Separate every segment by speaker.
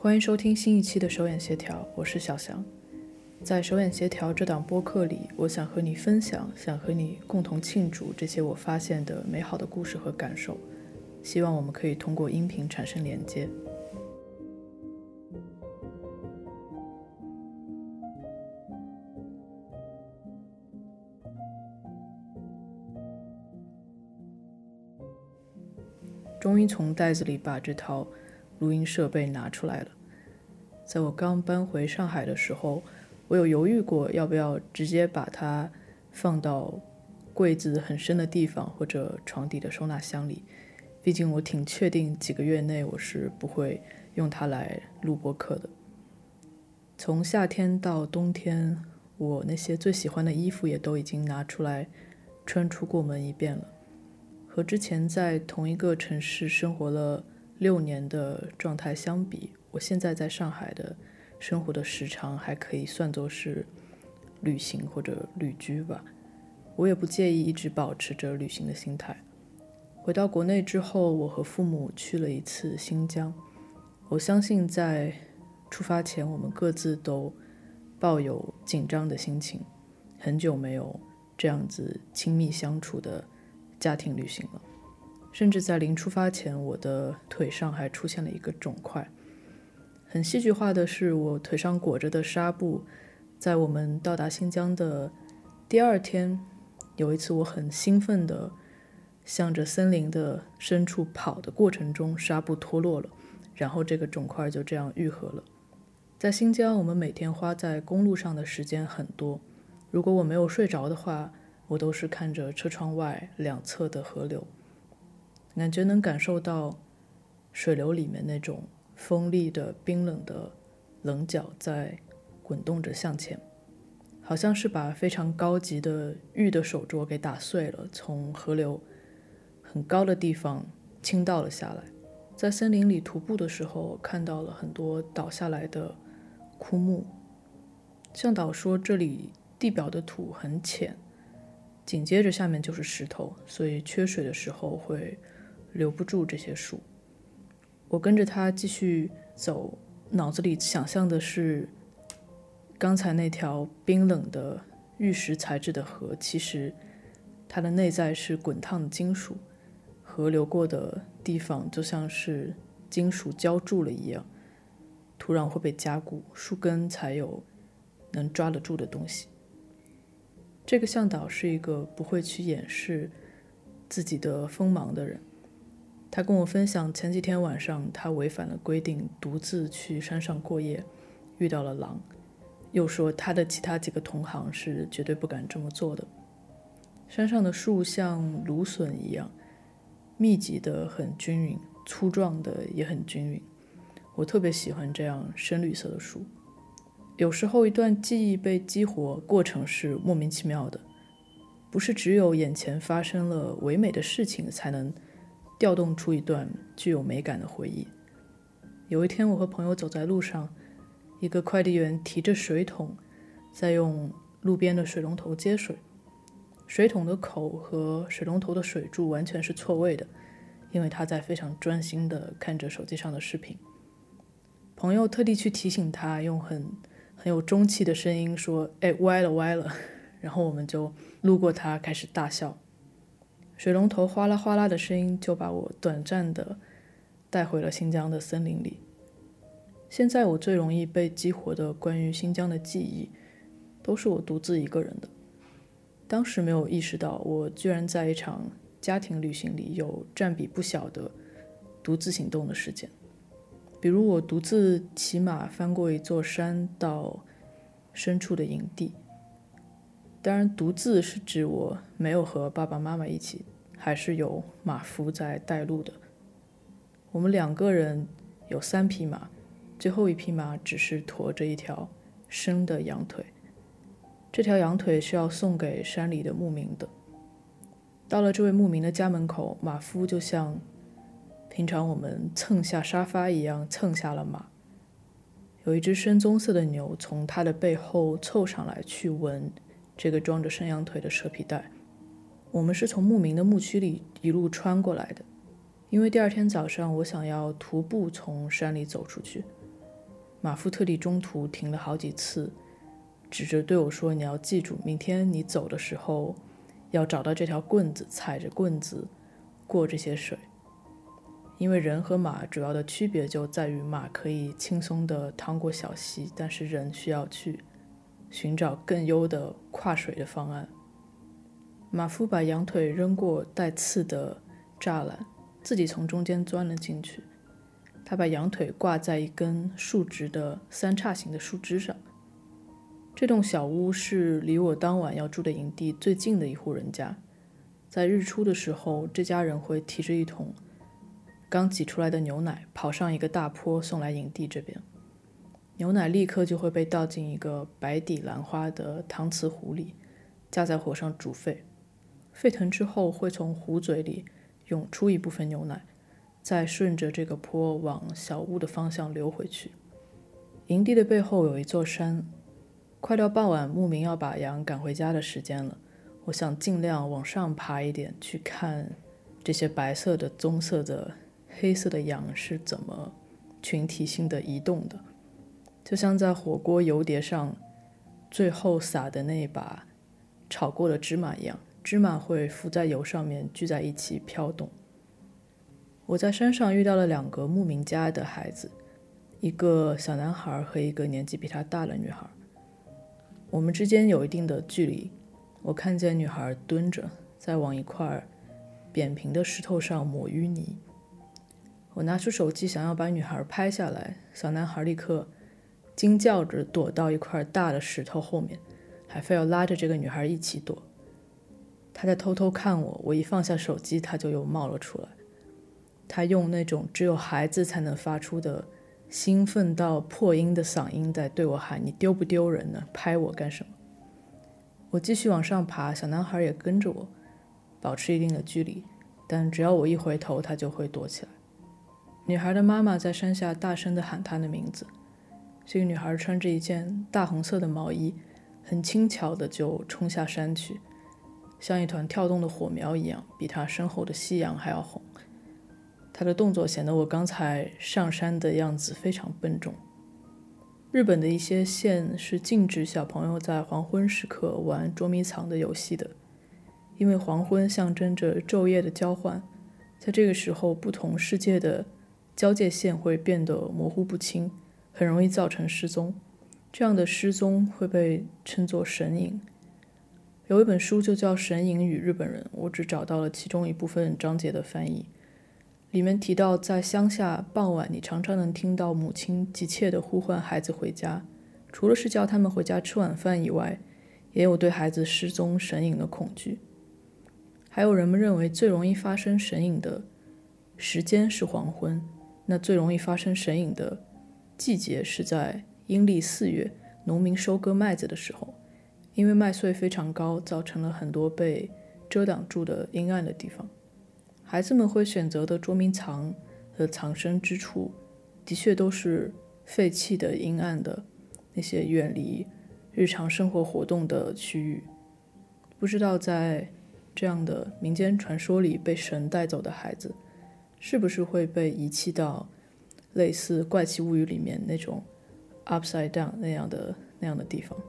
Speaker 1: 欢迎收听新一期的手眼协调，我是小翔。在手眼协调这档播客里，我想和你分享，想和你共同庆祝这些我发现的美好的故事和感受，希望我们可以通过音频产生连接。终于从袋子里把这套录音设备拿出来了。在我刚搬回上海的时候，我有犹豫过要不要直接把它放到柜子很深的地方或者床底的收纳箱里，毕竟我挺确定几个月内我是不会用它来录播客的。从夏天到冬天，我那些最喜欢的衣服也都已经拿出来穿出过门一遍了。和之前在同一个城市生活了6年的状态相比，我现在在上海的生活的时长还可以算作是旅行或者旅居吧。我也不介意一直保持着旅行的心态。回到国内之后，我和父母去了一次新疆。我相信在出发前，我们各自都抱有紧张的心情，很久没有这样子亲密相处的家庭旅行了。甚至在临出发前，我的腿上还出现了一个肿块。很戏剧化的是，我腿上裹着的纱布，在我们到达新疆的第2天，有一次我很兴奋地向着森林的深处跑的过程中，纱布脱落了，然后这个肿块就这样愈合了。在新疆，我们每天花在公路上的时间很多，如果我没有睡着的话，我都是看着车窗外两侧的河流，感觉能感受到水流里面那种锋利的冰冷的棱角在滚动着向前，好像是把非常高级的玉的手镯给打碎了，从河流很高的地方倾倒了下来。在森林里徒步的时候，看到了很多倒下来的枯木。向导说这里地表的土很浅，紧接着下面就是石头，所以缺水的时候会留不住这些树。我跟着他继续走，脑子里想象的是刚才那条冰冷的玉石材质的河，其实它的内在是滚烫的金属，河流过的地方就像是金属浇筑了一样，土壤会被加固，树根才有能抓得住的东西。这个向导是一个不会去掩饰自己的锋芒的人。他跟我分享前几天晚上他违反了规定，独自去山上过夜，遇到了狼，又说他的其他几个同行是绝对不敢这么做的。山上的树像芦笋一样，密集的很均匀，粗壮的也很均匀。我特别喜欢这样深绿色的树。有时候一段记忆被激活，过程是莫名其妙的，不是只有眼前发生了唯美的事情才能调动出一段具有美感的回忆。有一天我和朋友走在路上，一个快递员提着水桶在用路边的水龙头接水，水桶的口和水龙头的水柱完全是错位的，因为他在非常专心地看着手机上的视频。朋友特地去提醒他，用很有中气的声音说：“哎，歪了歪了。”然后我们就路过他开始大笑。水龙头哗啦哗啦的声音就把我短暂的带回了新疆的森林里。现在我最容易被激活的关于新疆的记忆，都是我独自一个人的。当时没有意识到，我居然在一场家庭旅行里有占比不小的独自行动的时间。比如我独自骑马翻过一座山到深处的营地。当然独自是指我没有和爸爸妈妈一起，还是有马夫在带路的。我们2个人有3匹马，最后一匹马只是驮着一条生的羊腿，这条羊腿是要送给山里的牧民的。到了这位牧民的家门口，马夫就像平常我们蹭下沙发一样蹭下了马。有一只深棕色的牛从他的背后凑上来去闻这个装着生羊腿的蛇皮袋。我们是从牧民的牧区里一路穿过来的，因为第2天早上我想要徒步从山里走出去。 马夫特地中途停了好几次，指着对我说：“你要记住，明天你走的时候要找到这条棍子，踩着棍子过这些水。因为人和马主要的区别就在于马可以轻松地趟过小溪，但是人需要去寻找更优的跨水的方案。”马夫把羊腿扔过带刺的栅栏，自己从中间钻了进去。他把羊腿挂在一根竖直的三叉形的树枝上。这栋小屋是离我当晚要住的营地最近的一户人家。在日出的时候，这家人会提着一桶刚挤出来的牛奶，跑上一个大坡送来营地这边。牛奶立刻就会被倒进一个白底蓝花的搪瓷壶里，架在火上煮沸。沸腾之后，会从壶嘴里涌出一部分牛奶，再顺着这个坡往小屋的方向流回去。营地的背后有一座山，快到傍晚牧民要把羊赶回家的时间了。我想尽量往上爬一点，去看这些白色的、棕色的、黑色的羊是怎么群体性的移动的，就像在火锅油碟上最后撒的那一把炒过的芝麻一样，芝麻会浮在油上面聚在一起飘动。我在山上遇到了2个牧民家的孩子，一个小男孩和一个年纪比他大的女孩。我们之间有一定的距离，我看见女孩蹲着，在往一块扁平的石头上抹淤泥。我拿出手机想要把女孩拍下来，小男孩立刻惊叫着躲到一块大的石头后面，还非要拉着这个女孩一起躲。他在偷偷看我，我一放下手机，他就又冒了出来。他用那种只有孩子才能发出的兴奋到破音的嗓音在对我喊：“你丢不丢人呢？拍我干什么？”我继续往上爬，小男孩也跟着我，保持一定的距离，但只要我一回头，他就会躲起来。女孩的妈妈在山下大声地喊她的名字。这个女孩穿着一件大红色的毛衣，很轻巧地就冲下山去，像一团跳动的火苗一样，比她身后的夕阳还要红。她的动作显得我刚才上山的样子非常笨重。日本的一些县是禁止小朋友在黄昏时刻玩捉迷藏的游戏的，因为黄昏象征着昼夜的交换，在这个时候不同世界的交界线会变得模糊不清，很容易造成失踪。这样的失踪会被称作神隐。有一本书就叫《神隐与日本人》，我只找到了其中一部分章节的翻译。里面提到，在乡下傍晚，你常常能听到母亲急切地呼唤孩子回家，除了是叫他们回家吃晚饭以外，也有对孩子失踪神隐的恐惧。还有人们认为最容易发生神隐的时间是黄昏，那最容易发生神隐的季节是在阴历4月，农民收割麦子的时候，因为麦穗非常高，造成了很多被遮挡住的阴暗的地方。孩子们会选择的捉迷藏和藏身之处，的确都是废弃的、阴暗的那些远离日常生活活动的区域。不知道在这样的民间传说里被神带走的孩子，是不是会被遗弃到类似《怪奇物语》里面那种 upside down 那样的地方？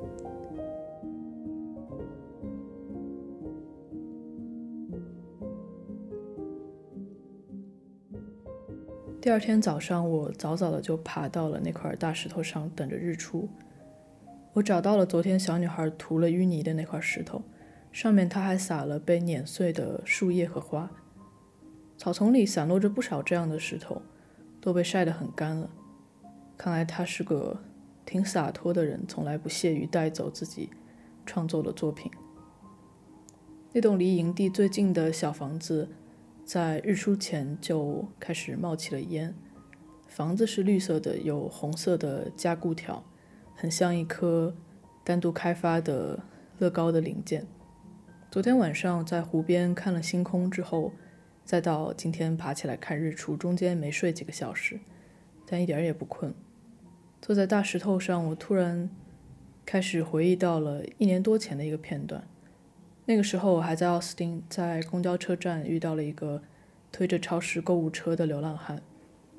Speaker 1: 第二天早上，我早早的就爬到了那块大石头上，等着日出。我找到了昨天小女孩涂了淤泥的那块石头，上面她还撒了被碾碎的树叶和花。草丛里散落着不少这样的石头，都被晒得很干了。看来她是个挺洒脱的人，从来不屑于带走自己创作的作品。那栋离营地最近的小房子在日出前就开始冒起了烟，房子是绿色的，有红色的加固条，很像一颗单独开发的乐高的零件。昨天晚上在湖边看了星空之后，再到今天爬起来看日出，中间没睡几个小时，但一点也不困。坐在大石头上，我突然开始回忆到了1年多前的一个片段。那个时候我还在奥斯汀，在公交车站遇到了一个推着超市购物车的流浪汉。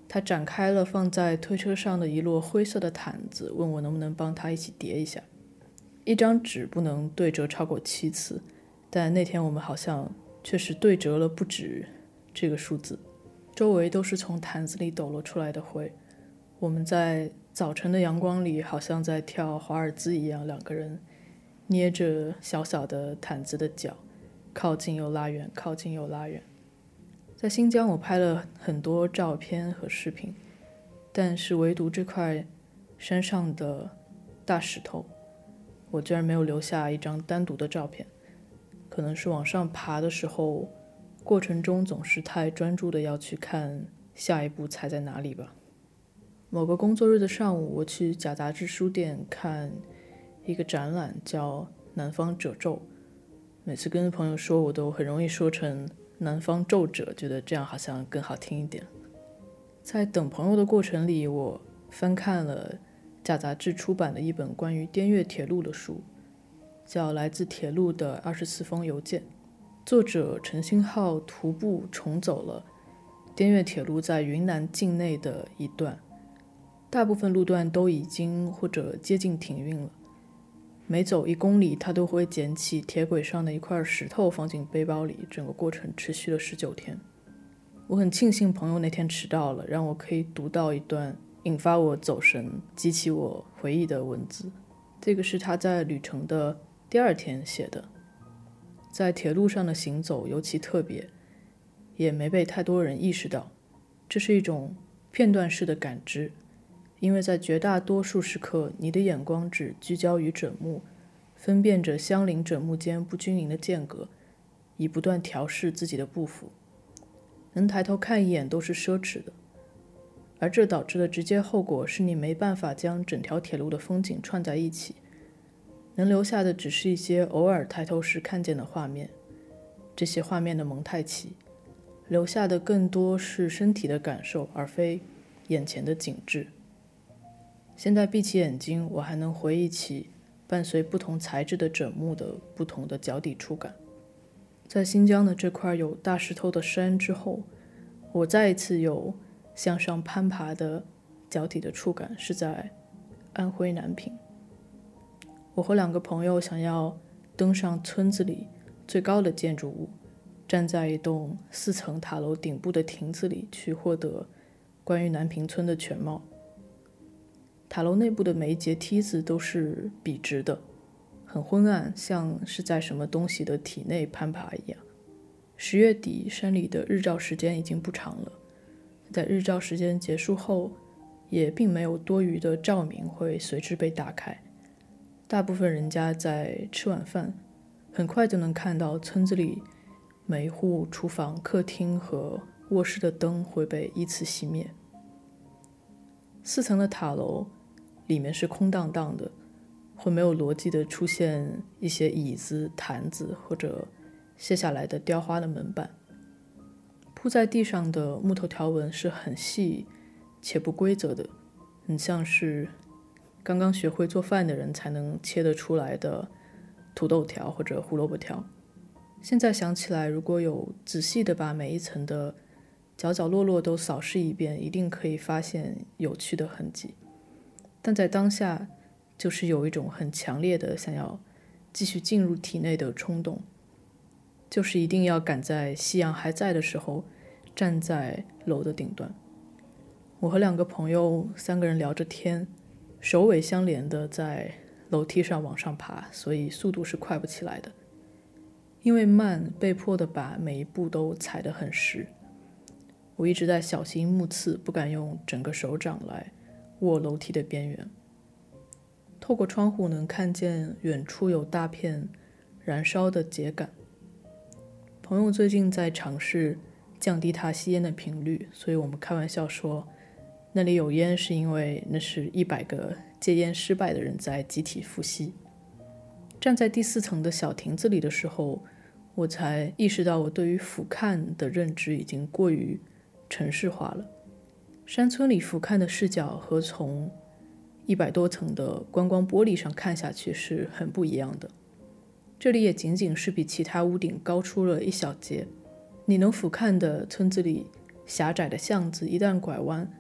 Speaker 1: 他展开了放在推车上的一摞灰色的毯子，问我能不能帮他一起叠一下。一张纸不能对折超过7次，但那天我们好像确实对折了不止这个数字。周围都是从毯子里抖落出来的灰，我们在早晨的阳光里好像在跳华尔兹一样，2个人捏着小小的毯子的脚，靠近又拉远，靠近又拉远。在新疆我拍了很多照片和视频，但是唯独这块山上的大石头，我居然没有留下一张单独的照片。可能是往上爬的时候，过程中总是太专注的要去看下一步踩在哪里吧。某个工作日的上午，我去假杂志书店看一个展览，叫《南方褶皱》。每次跟朋友说，我都很容易说成南方皱褶，觉得这样好像更好听一点。在等朋友的过程里，我翻看了假杂志出版的一本关于滇越铁路的书，叫《来自铁路的24封邮件》。作者陈星浩徒步重走了滇越铁路在云南境内的一段，大部分路段都已经或者接近停运了。每走1公里，他都会捡起铁轨上的一块石头放进背包里，整个过程持续了19天。我很庆幸朋友那天迟到了，让我可以读到一段引发我走神、激起我回忆的文字。这个是他在旅程的第2天写的。在铁路上的行走尤其特别，也没被太多人意识到，这是一种片段式的感知，因为在绝大多数时刻，你的眼光只聚焦于枕木，分辨着相邻枕木间不均匀的间隔，以不断调试自己的步幅。能抬头看一眼都是奢侈的，而这导致的直接后果是你没办法将整条铁路的风景串在一起，能留下的只是一些偶尔抬头时看见的画面，这些画面的蒙太奇，留下的更多是身体的感受，而非眼前的景致。现在闭起眼睛，我还能回忆起伴随不同材质的枕木的不同的脚底触感。在新疆的这块有大石头的山之后，我再一次有向上攀爬的脚底的触感，是在安徽南平。我和2个朋友想要登上村子里最高的建筑物，站在一栋4层塔楼顶部的亭子里，去获得关于南平村的全貌。塔楼内部的每一节梯子都是笔直的，很昏暗，像是在什么东西的体内攀爬一样。10月底，山里的日照时间已经不长了，在日照时间结束后，也并没有多余的照明会随之被打开。大部分人家在吃晚饭，很快就能看到村子里每一户厨房、客厅和卧室的灯会被依次熄灭。4层的塔楼里面是空荡荡的，会没有逻辑的出现一些椅子、坛子或者卸下来的雕花的门板。铺在地上的木头条纹是很细且不规则的，很像是刚刚学会做饭的人才能切得出来的土豆条或者胡萝卜条。现在想起来，如果有仔细的把每一层的角角落落都扫视一遍，一定可以发现有趣的痕迹。但在当下，就是有一种很强烈的想要继续进入体内的冲动，就是一定要赶在夕阳还在的时候站在楼的顶端。我和2个朋友3个人聊着天，首尾相连的在楼梯上往上爬，所以速度是快不起来的。因为慢，被迫的把每一步都踩得很实。我一直在小心目测，不敢用整个手掌来握楼梯的边缘。透过窗户能看见远处有大片燃烧的秸秆。朋友最近在尝试降低他吸烟的频率，所以我们开玩笑说，那里有烟是因为那是100个戒烟失败的人在集体呼吸。站在第4层的小亭子里的时候，我才意识到我对于俯瞰的认知已经过于城市化了。山村里俯瞰的视角和从100多层的观光玻璃上看下去是很不一样的。这里也仅仅是比其他屋顶高出了一小截。你能俯瞰的村子里狭窄的巷子一旦拐弯，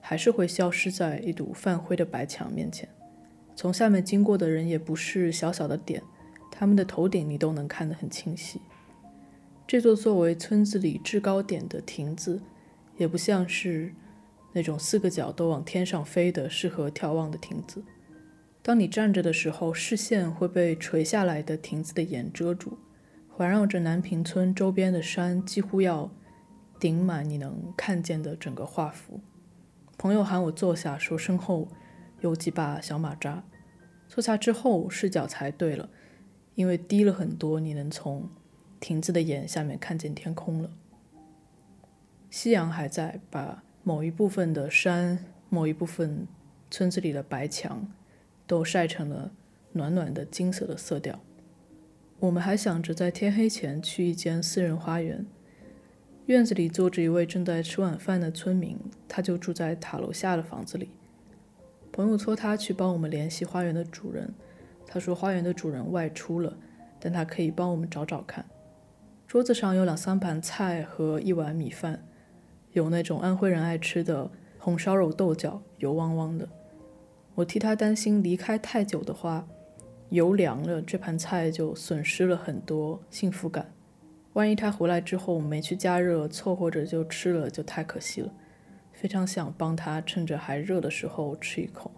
Speaker 1: 还是会消失在一堵泛灰的白墙面前。从下面经过的人也不是小小的点，他们的头顶你都能看得很清晰。这座作为村子里制高点的亭子，也不像是那种4个角都往天上飞的适合眺望的亭子。当你站着的时候，视线会被垂下来的亭子的檐遮住，环绕着南屏村周边的山几乎要顶满你能看见的整个画幅。朋友喊我坐下，说身后有几把小马扎。坐下之后视角才对了，因为低了很多，你能从亭子的檐下面看见天空了。夕阳还在，把某一部分的山，某一部分村子里的白墙都晒成了暖暖的金色的色调。我们还想着在天黑前去一间私人花园，院子里坐着一位正在吃晚饭的村民，他就住在塔楼下的房子里。朋友托他去帮我们联系花园的主人，他说花园的主人外出了，但他可以帮我们找找看。桌子上有2-3盘菜和1碗米饭，有那种安徽人爱吃的红烧肉豆角，油汪汪的。我替他担心离开太久的话，油凉了，这盘菜就损失了很多幸福感。万一他回来之后没去加热，凑合着就吃了，就太可惜了。非常想帮他趁着还热的时候吃一口。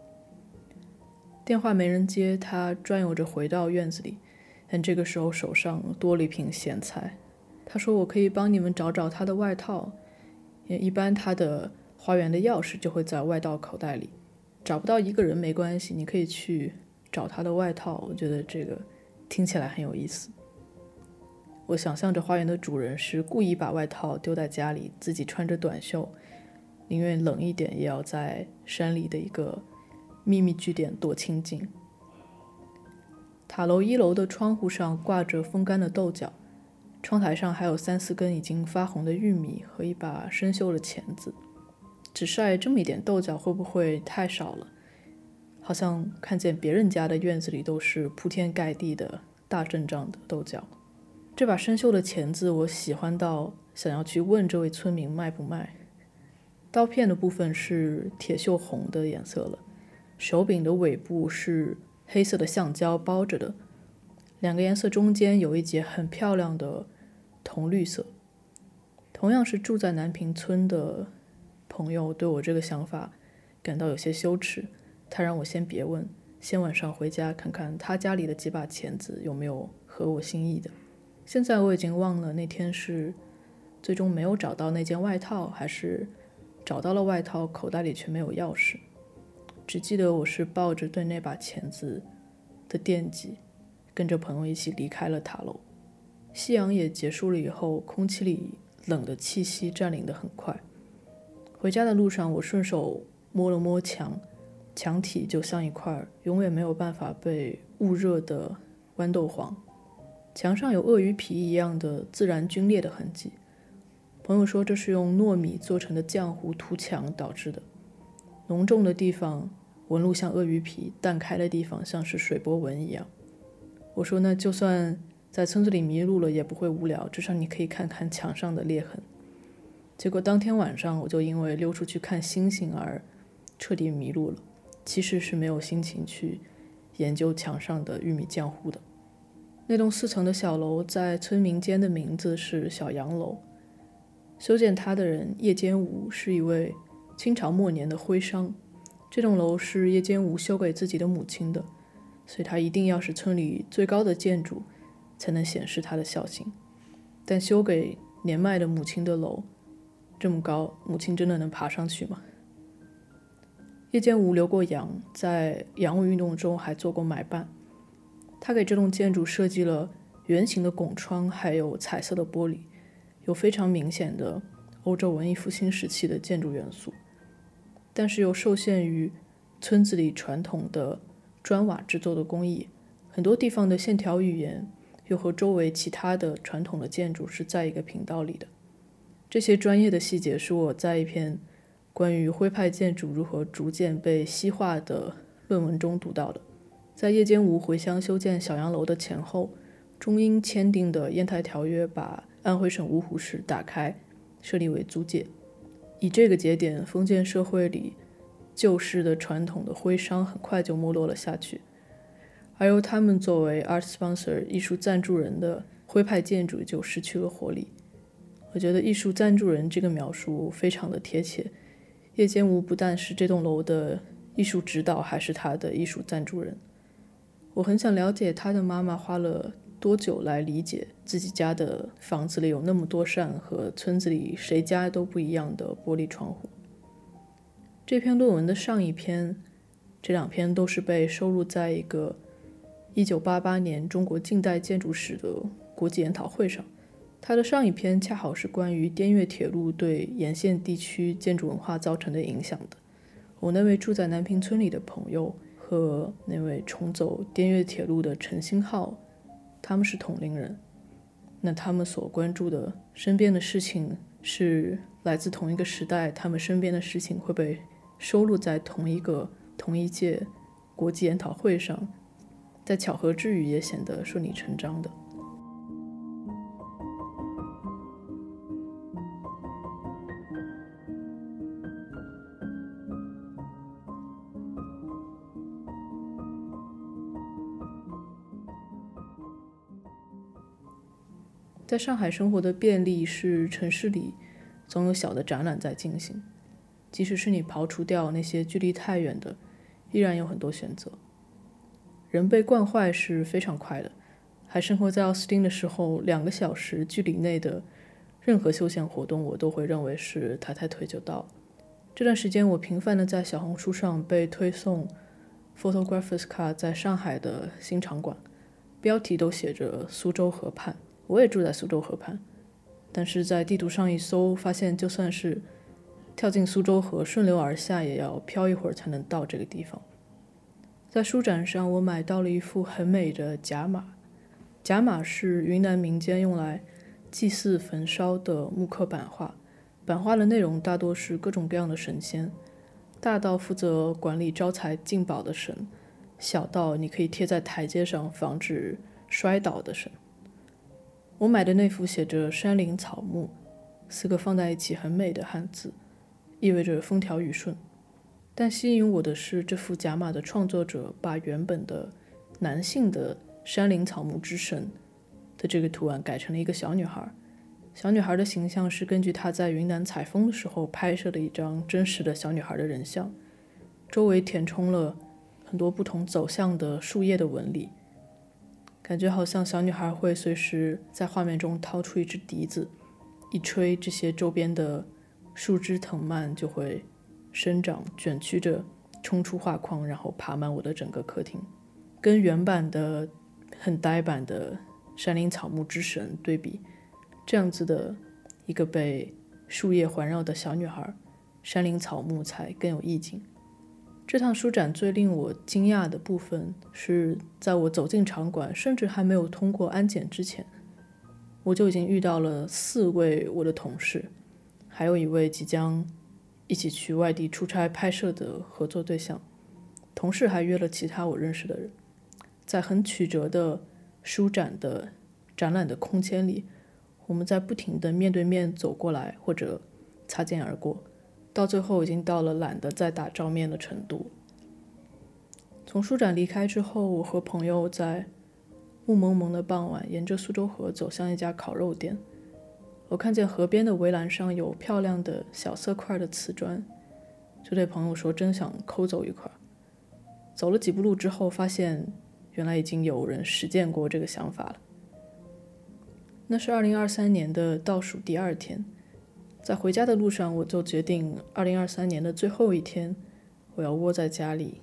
Speaker 1: 电话没人接，他转悠着回到院子里，但这个时候手上多了一瓶咸菜。他说我可以帮你们找找他的外套，一般他的花园的钥匙就会在外套口袋里，找不到一个人没关系，你可以去找他的外套。我觉得这个听起来很有意思。我想象着花园的主人是故意把外套丢在家里，自己穿着短袖，宁愿冷一点也要在山里的一个秘密据点躲清静。塔楼1楼的窗户上挂着风干的豆角，窗台上还有3-4根已经发红的玉米和一把生锈的钳子。只晒这么一点豆角会不会太少了？好像看见别人家的院子里都是铺天盖地的大阵仗的豆角。这把生锈的钳子我喜欢到想要去问这位村民卖不卖。刀片的部分是铁锈红的颜色了，手柄的尾部是黑色的橡胶包着的，2个颜色中间有一节很漂亮的铜绿色。同样是住在南屏村的朋友对我这个想法感到有些羞耻，他让我先别问，先晚上回家看看他家里的几把钳子有没有合我心意的。现在我已经忘了那天是最终没有找到那件外套，还是找到了外套口袋里却没有钥匙。只记得我是抱着对那把钳子的惦记，跟着朋友一起离开了塔楼。夕阳也结束了以后，空气里冷的气息占领得很快。回家的路上，我顺手摸了摸墙，墙体就像一块永远没有办法被捂热的豌豆黄，墙上有鳄鱼皮一样的自然皲裂的痕迹。朋友说这是用糯米做成的浆糊涂墙导致的，浓重的地方纹路像鳄鱼皮，淡开的地方像是水波纹一样。我说那就算在村子里迷路了也不会无聊，至少你可以看看墙上的裂痕。结果当天晚上我就因为溜出去看星星而彻底迷路了，其实是没有心情去研究墙上的玉米浆糊的。那栋4层的小楼在村民间的名字是小洋楼，修建它的人叶坚吾是一位清朝末年的徽商。这栋楼是叶坚吾修给自己的母亲的，所以他一定要是村里最高的建筑才能显示他的孝心。但修给年迈的母亲的楼这么高，母亲真的能爬上去吗？叶坚吾留过洋，在洋务运动中还做过买办。他给这栋建筑设计了圆形的拱窗，还有彩色的玻璃，有非常明显的欧洲文艺复兴时期的建筑元素，但是又受限于村子里传统的砖瓦制作的工艺，很多地方的线条语言又和周围其他的传统的建筑是在一个频道里的。这些专业的细节是我在一篇关于徽派建筑如何逐渐被西化的论文中读到的。在叶坚吾回乡修建小洋楼的前后，中英签订的烟台条约把安徽省芜湖市打开，设立为租界。 以这个节点，封建社会里旧式的传统的徽商很快就没落了下去，而由他们作为 art sponsor 艺术赞助人的徽派建筑就失去了活力。我觉得艺术赞助人这个描述非常的贴切，叶坚吾不但是这栋楼的艺术指导，还是他的艺术赞助人。我很想了解他的妈妈花了多久来理解自己家的房子里有那么多扇和村子里谁家都不一样的玻璃窗户。这篇论文的上一篇，这两篇都是被收录在一个1988年中国近代建筑史的国际研讨会上。它的上一篇恰好是关于滇越铁路对沿线地区建筑文化造成的影响的。我那位住在南屏村里的朋友和那位重走滇越铁路的陈星浩，他们是同龄人。那他们所关注的身边的事情是来自同一个时代，他们身边的事情会被收录在同一届国际研讨会上，在巧合之余也显得顺理成章的。在上海生活的便利是城市里总有小的展览在进行，即使是你刨除掉那些距离太远的，依然有很多选择。人被惯坏是非常快的，还生活在奥斯汀的时候，2个小时距离内的任何休闲活动我都会认为是抬抬腿就到。这段时间我频繁地在小红书上被推送 Photographers Card 在上海的新场馆，标题都写着苏州河畔。我也住在苏州河畔，但是在地图上一搜，发现就算是跳进苏州河顺流而下，也要漂一会儿才能到这个地方。在书展上，我买到了一幅很美的甲马。甲马是云南民间用来祭祀焚烧的木刻版画，版画的内容大多是各种各样的神仙，大到负责管理招财进宝的神，小到你可以贴在台阶上防止摔倒的神。我买的那幅写着山林草木4个放在一起很美的汉字，意味着风调雨顺。但吸引我的是这幅甲马的创作者把原本的男性的山林草木之神的这个图案改成了一个小女孩。小女孩的形象是根据她在云南采风的时候拍摄的一张真实的小女孩的人像，周围填充了很多不同走向的树叶的纹理，感觉好像小女孩会随时在画面中掏出一支笛子，一吹，这些周边的树枝藤蔓就会生长卷曲着冲出画框，然后爬满我的整个客厅。跟原版的很呆板的山林草木之神对比，这样子的一个被树叶环绕的小女孩，山林草木才更有意境。这趟书展最令我惊讶的部分是，在我走进场馆甚至还没有通过安检之前，我就已经遇到了4位我的同事，还有1位即将一起去外地出差拍摄的合作对象。同事还约了其他我认识的人，在很曲折的书展的展览的空间里，我们在不停地面对面走过来或者擦肩而过，到最后已经到了懒得再打照面的程度。从书展离开之后，我和朋友在雾蒙蒙的傍晚沿着苏州河走向一家烤肉店。我看见河边的围栏上有漂亮的小色块的瓷砖，就对朋友说真想抠走一块。走了几步路之后，发现原来已经有人实践过这个想法了。那是2023年的倒数第2天，在回家的路上，我就决定2023年的最后一天，我要窝在家里。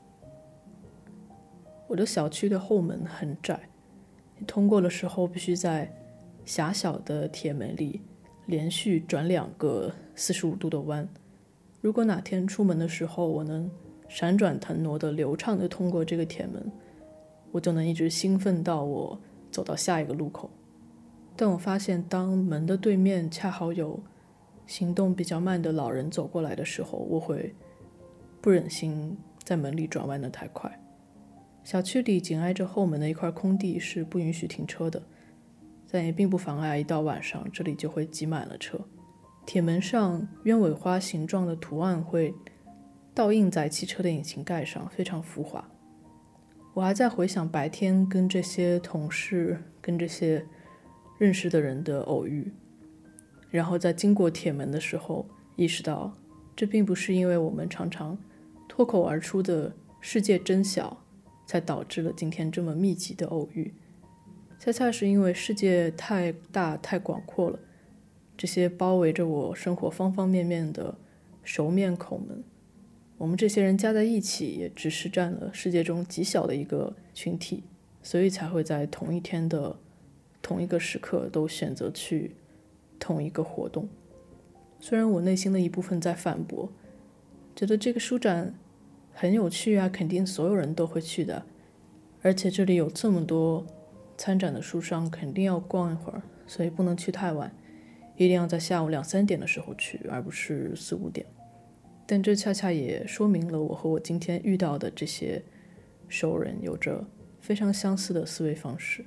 Speaker 1: 我的小区的后门很窄，你通过的时候必须在狭小的铁门里连续转2个45度的弯。如果哪天出门的时候我能闪转腾挪的流畅的通过这个铁门，我就能一直兴奋到我走到下一个路口。但我发现当门的对面恰好有行动比较慢的老人走过来的时候，我会不忍心在门里转弯的太快。小区里紧挨着后门的一块空地是不允许停车的，但也并不妨碍一到晚上这里就会挤满了车。 铁门上鸢尾花形状的图案会倒映在汽车的引擎盖上，非常浮华。我还在回想白天跟这些同事、跟这些认识的人的偶遇，然后在经过铁门的时候意识到，这并不是因为我们常常脱口而出的世界真小才导致了今天这么密集的偶遇，恰恰是因为世界太大太广阔了，这些包围着我生活方方面面的熟面孔们，我们这些人加在一起也只是占了世界中极小的一个群体，所以才会在同一天的同一个时刻都选择去同一个活动。虽然我内心的一部分在反驳，觉得这个书展很有趣啊，肯定所有人都会去的，而且这里有这么多参展的书商，肯定要逛一会儿，所以不能去太晚，一定要在下午2、3点的时候去，而不是4、5点。但这恰恰也说明了我和我今天遇到的这些熟人有着非常相似的思维方式。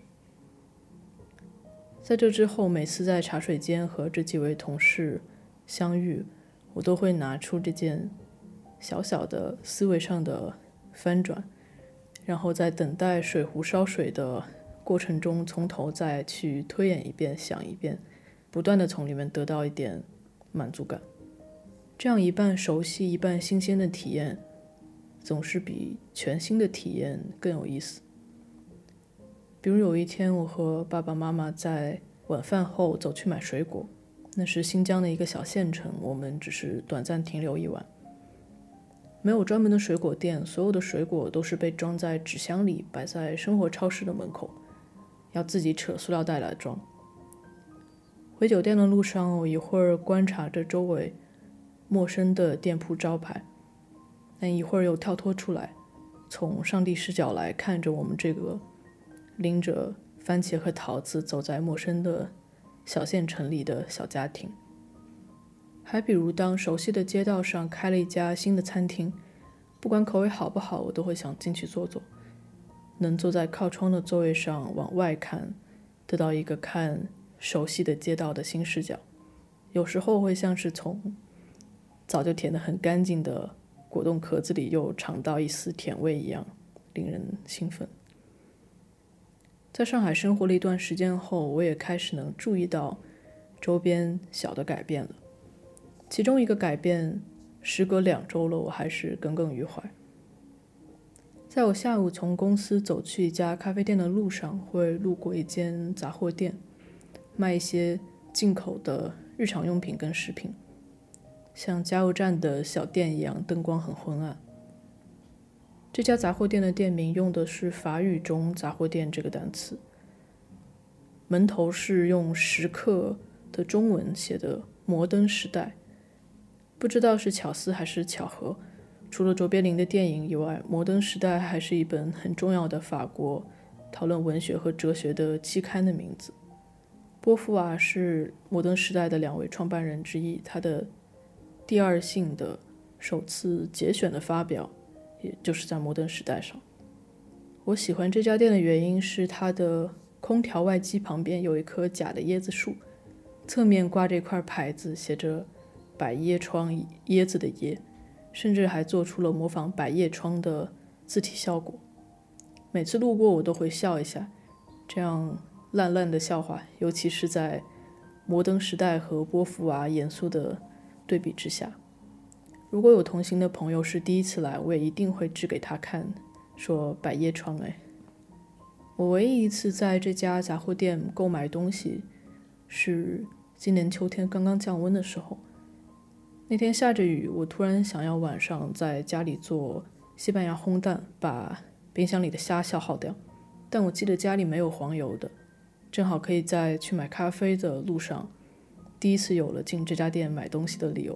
Speaker 1: 在这之后，每次在茶水间和这几位同事相遇，我都会拿出这件小小的思维上的翻转，然后在等待水壶烧水的过程中，从头再去推演一遍，想一遍，不断的从里面得到一点满足感。这样一半熟悉一半新鲜的体验，总是比全新的体验更有意思。比如有一天，我和爸爸妈妈在晚饭后走去买水果，那是新疆的一个小县城，我们只是短暂停留一晚。没有专门的水果店，所有的水果都是被装在纸箱里，摆在生活超市的门口，要自己扯塑料袋来装。回酒店的路上，我一会儿观察着周围陌生的店铺招牌，但一会儿又跳脱出来，从上帝视角来看着我们这个拎着番茄和桃子走在陌生的小县城里的小家庭。还比如当熟悉的街道上开了一家新的餐厅，不管口味好不好，我都会想进去坐坐，能坐在靠窗的座位上往外看，得到一个看熟悉的街道的新视角。有时候会像是从早就舔得很干净的果冻壳子里又尝到一丝甜味一样，令人兴奋。在上海生活了一段时间后，我也开始能注意到周边小的改变了。其中一个改变，时隔2周了，我还是耿耿于怀。在我下午从公司走去一家咖啡店的路上，会路过一间杂货店，卖一些进口的日常用品跟食品，像加油站的小店一样，灯光很昏暗。这家杂货店的店名用的是法语中杂货店这个单词，门头是用10克的中文写的摩登时代。不知道是巧思还是巧合，除了卓别林的电影以外，摩登时代还是一本很重要的法国讨论文学和哲学的期刊的名字。波伏娃是摩登时代的2位创办人之一，他的第2性的首次节选的发表也就是在摩登时代上。我喜欢这家店的原因是它的空调外机旁边有一棵假的椰子树，侧面挂着一块牌子，写着百叶窗，椰子的椰，甚至还做出了模仿百叶窗的字体效果。每次路过我都会笑一下，这样烂烂的笑话，尤其是在摩登时代和波伏娃严肃的对比之下。如果有同行的朋友是第一次来，我也一定会指给他看，说百叶窗哎。我唯一一次在这家杂货店购买东西是今年秋天刚刚降温的时候。那天下着雨，我突然想要晚上在家里做西班牙烘蛋，把冰箱里的虾消耗掉，但我记得家里没有黄油的，正好可以在去买咖啡的路上第一次有了进这家店买东西的理由。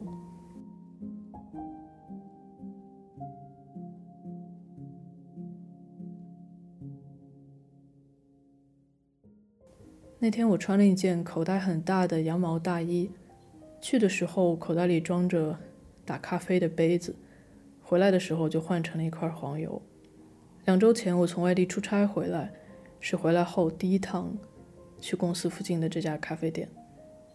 Speaker 1: 那天我穿了一件口袋很大的羊毛大衣，去的时候口袋里装着打咖啡的杯子，回来的时候就换成了一块黄油。2周前我从外地出差回来，是回来后第一趟去公司附近的这家咖啡店。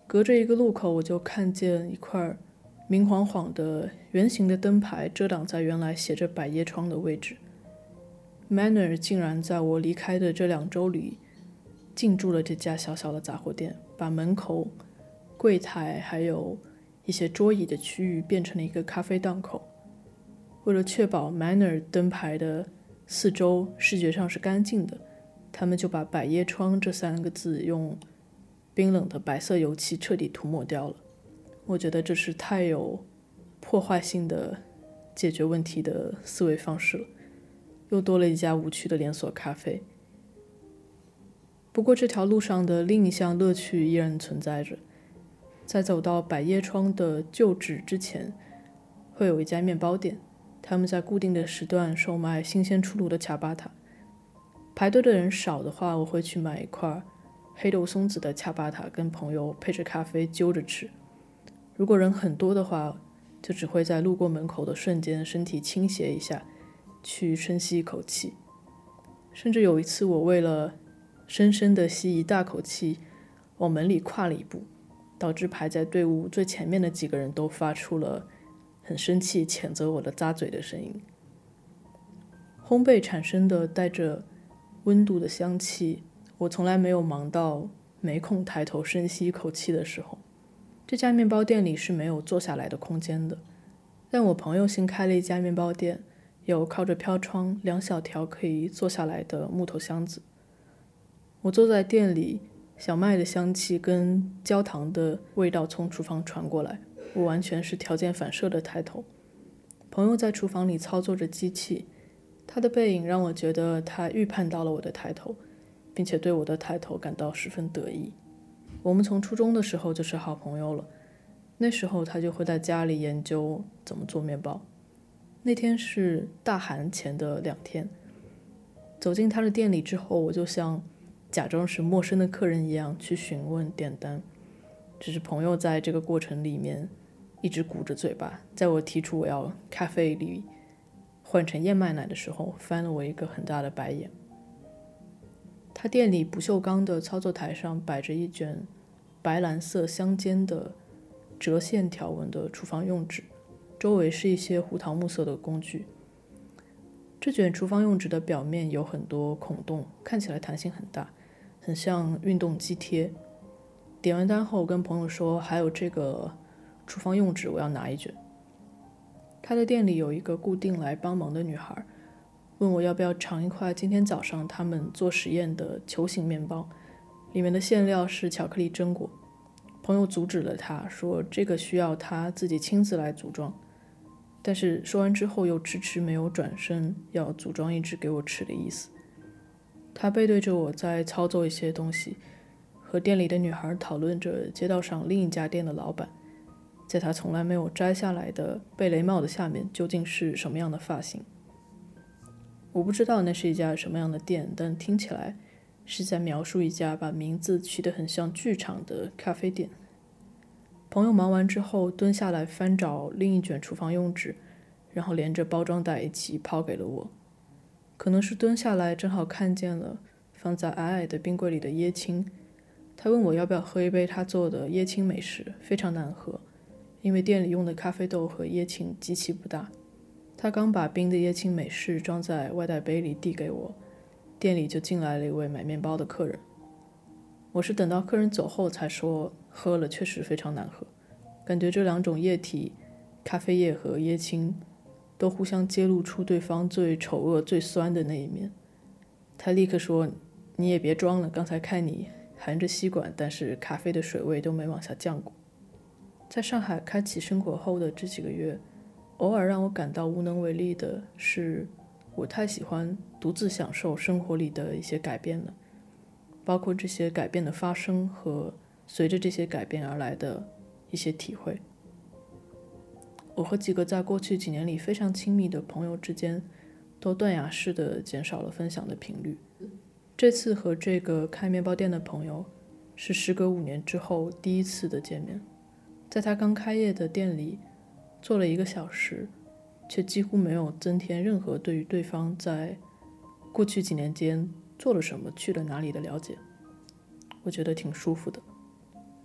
Speaker 1: 隔着一个路口，我就看见一块明晃晃的圆形的灯牌遮挡在原来写着百叶窗的位置。Manner 竟然在我离开的这2周里进驻了这家小小的杂货店，把门口、柜台还有一些桌椅的区域变成了一个咖啡档口。为了确保 Manner 灯牌的四周视觉上是干净的，他们就把百叶窗这3个字用冰冷的白色油漆彻底涂抹掉了。我觉得这是太有破坏性的解决问题的思维方式了，又多了一家无趣的连锁咖啡。不过这条路上的另一项乐趣依然存在着。在走到百叶窗的旧址之前，会有一家面包店，他们在固定的时段售卖新鲜出炉的恰巴塔。排队的人少的话，我会去买一块黑豆松子的恰巴塔，跟朋友配着咖啡揪着吃。如果人很多的话，就只会在路过门口的瞬间身体倾斜一下，去深吸一口气。甚至有一次，我为了深深地吸一大口气，往门里跨了一步，导致排在队伍最前面的几个人都发出了很生气谴责我的咂嘴的声音。烘焙产生的带着温度的香气，我从来没有忙到没空抬头深吸一口气的时候。这家面包店里是没有坐下来的空间的，但我朋友新开了一家面包店，有靠着飘窗2小条可以坐下来的木头箱子。我坐在店里，小麦的香气跟焦糖的味道从厨房传过来，我完全是条件反射的抬头。朋友在厨房里操作着机器，他的背影让我觉得他预判到了我的抬头，并且对我的抬头感到十分得意。我们从初中的时候就是好朋友了，那时候他就会在家里研究怎么做面包。那天是大寒前的2天，走进他的店里之后，我就像假装是陌生的客人一样去询问点单，只是朋友在这个过程里面一直鼓着嘴巴，在我提出我要咖啡里换成燕麦奶的时候，翻了我一个很大的白眼。他店里不锈钢的操作台上摆着一卷白蓝色相间的折线条纹的厨房用纸，周围是一些胡桃木色的工具。这卷厨房用纸的表面有很多孔洞，看起来弹性很大，很像运动肌贴。点完单后跟朋友说还有这个厨房用纸，我要拿一卷。他的店里有一个固定来帮忙的女孩，问我要不要尝一块今天早上他们做实验的球形面包，里面的馅料是巧克力榛果。朋友阻止了他，说这个需要他自己亲自来组装，但是说完之后又迟迟没有转身要组装一只给我吃的意思。他背对着我在操作一些东西，和店里的女孩讨论着街道上另一家店的老板，在他从来没有摘下来的贝雷帽的下面究竟是什么样的发型。我不知道那是一家什么样的店，但听起来是在描述一家把名字取得很像剧场的咖啡店。朋友忙完之后蹲下来翻找另一卷厨房用纸，然后连着包装袋一起抛给了我。可能是蹲下来正好看见了放在矮矮的冰柜里的椰青，他问我要不要喝一杯他做的椰青美式，非常难喝，因为店里用的咖啡豆和椰青极其不大。他刚把冰的椰青美式装在外带杯里递给我，店里就进来了一位买面包的客人。我是等到客人走后才说喝了确实非常难喝，感觉这2种液体，咖啡液和椰青，都互相揭露出对方最丑恶最酸的那一面。他立刻说，你也别装了，刚才看你含着吸管，但是咖啡的水位都没往下降过。在上海开启生活后的这几个月，偶尔让我感到无能为力的是，我太喜欢独自享受生活里的一些改变了，包括这些改变的发生和随着这些改变而来的一些体会。我和几个在过去几年里非常亲密的朋友之间，都断崖式的减少了分享的频率。这次和这个开面包店的朋友，是时隔5年之后第一次的见面。在他刚开业的店里坐了1个小时，却几乎没有增添任何对于对方在过去几年间做了什么去了哪里的了解。我觉得挺舒服的。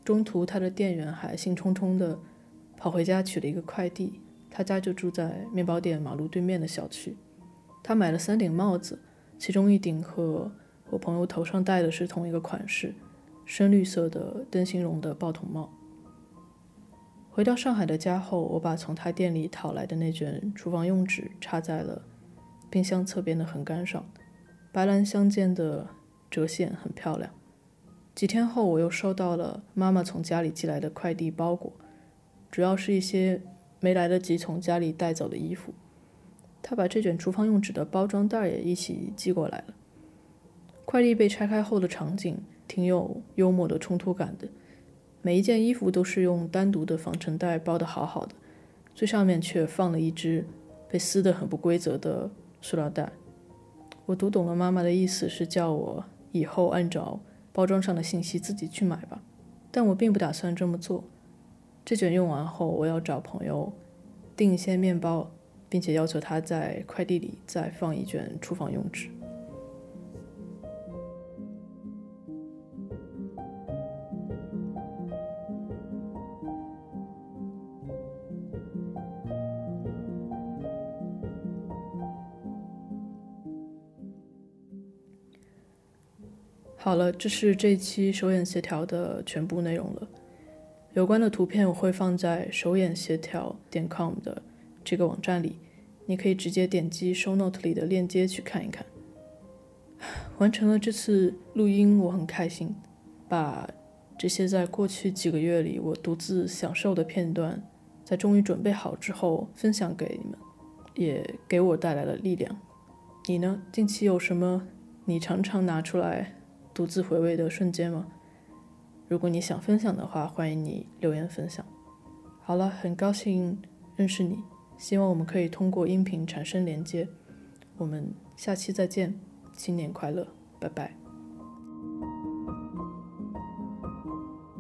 Speaker 1: 中途他的店员还兴冲冲地跑回家取了一个快递，他家就住在面包店马路对面的小区。他买了3顶帽子，其中一顶和我朋友头上戴的是同一个款式，深绿色的灯芯绒的报童帽。回到上海的家后，我把从他店里讨来的那卷厨房用纸插在了冰箱侧边的横杆上，白蓝相间的折线很漂亮。几天后，我又收到了妈妈从家里寄来的快递包裹，主要是一些没来得及从家里带走的衣服。她把这卷厨房用纸的包装袋也一起寄过来了。快递被拆开后的场景挺有幽默的冲突感的，每一件衣服都是用单独的防尘袋包得好好的，最上面却放了一只被撕得很不规则的塑料袋。我读懂了妈妈的意思，是叫我以后按照包装上的信息自己去买吧，但我并不打算这么做。这卷用完后，我要找朋友订一些面包，并且要求他在快递里再放一卷厨房用纸。好了，这是这期手眼协调的全部内容了。有关的图片我会放在手眼协调.com 的这个网站里，你可以直接点击 show note 里的链接去看一看。完成了这次录音，我很开心，把这些在过去几个月里我独自享受的片段，在终于准备好之后分享给你们，也给我带来了力量。你呢？近期有什么你常常拿出来独自回味的瞬间吗？如果你想分享的话，欢迎你留言分享。好了，很高兴认识你，希望我们可以通过音频产生连接。我们下期再见，新年快乐，拜拜。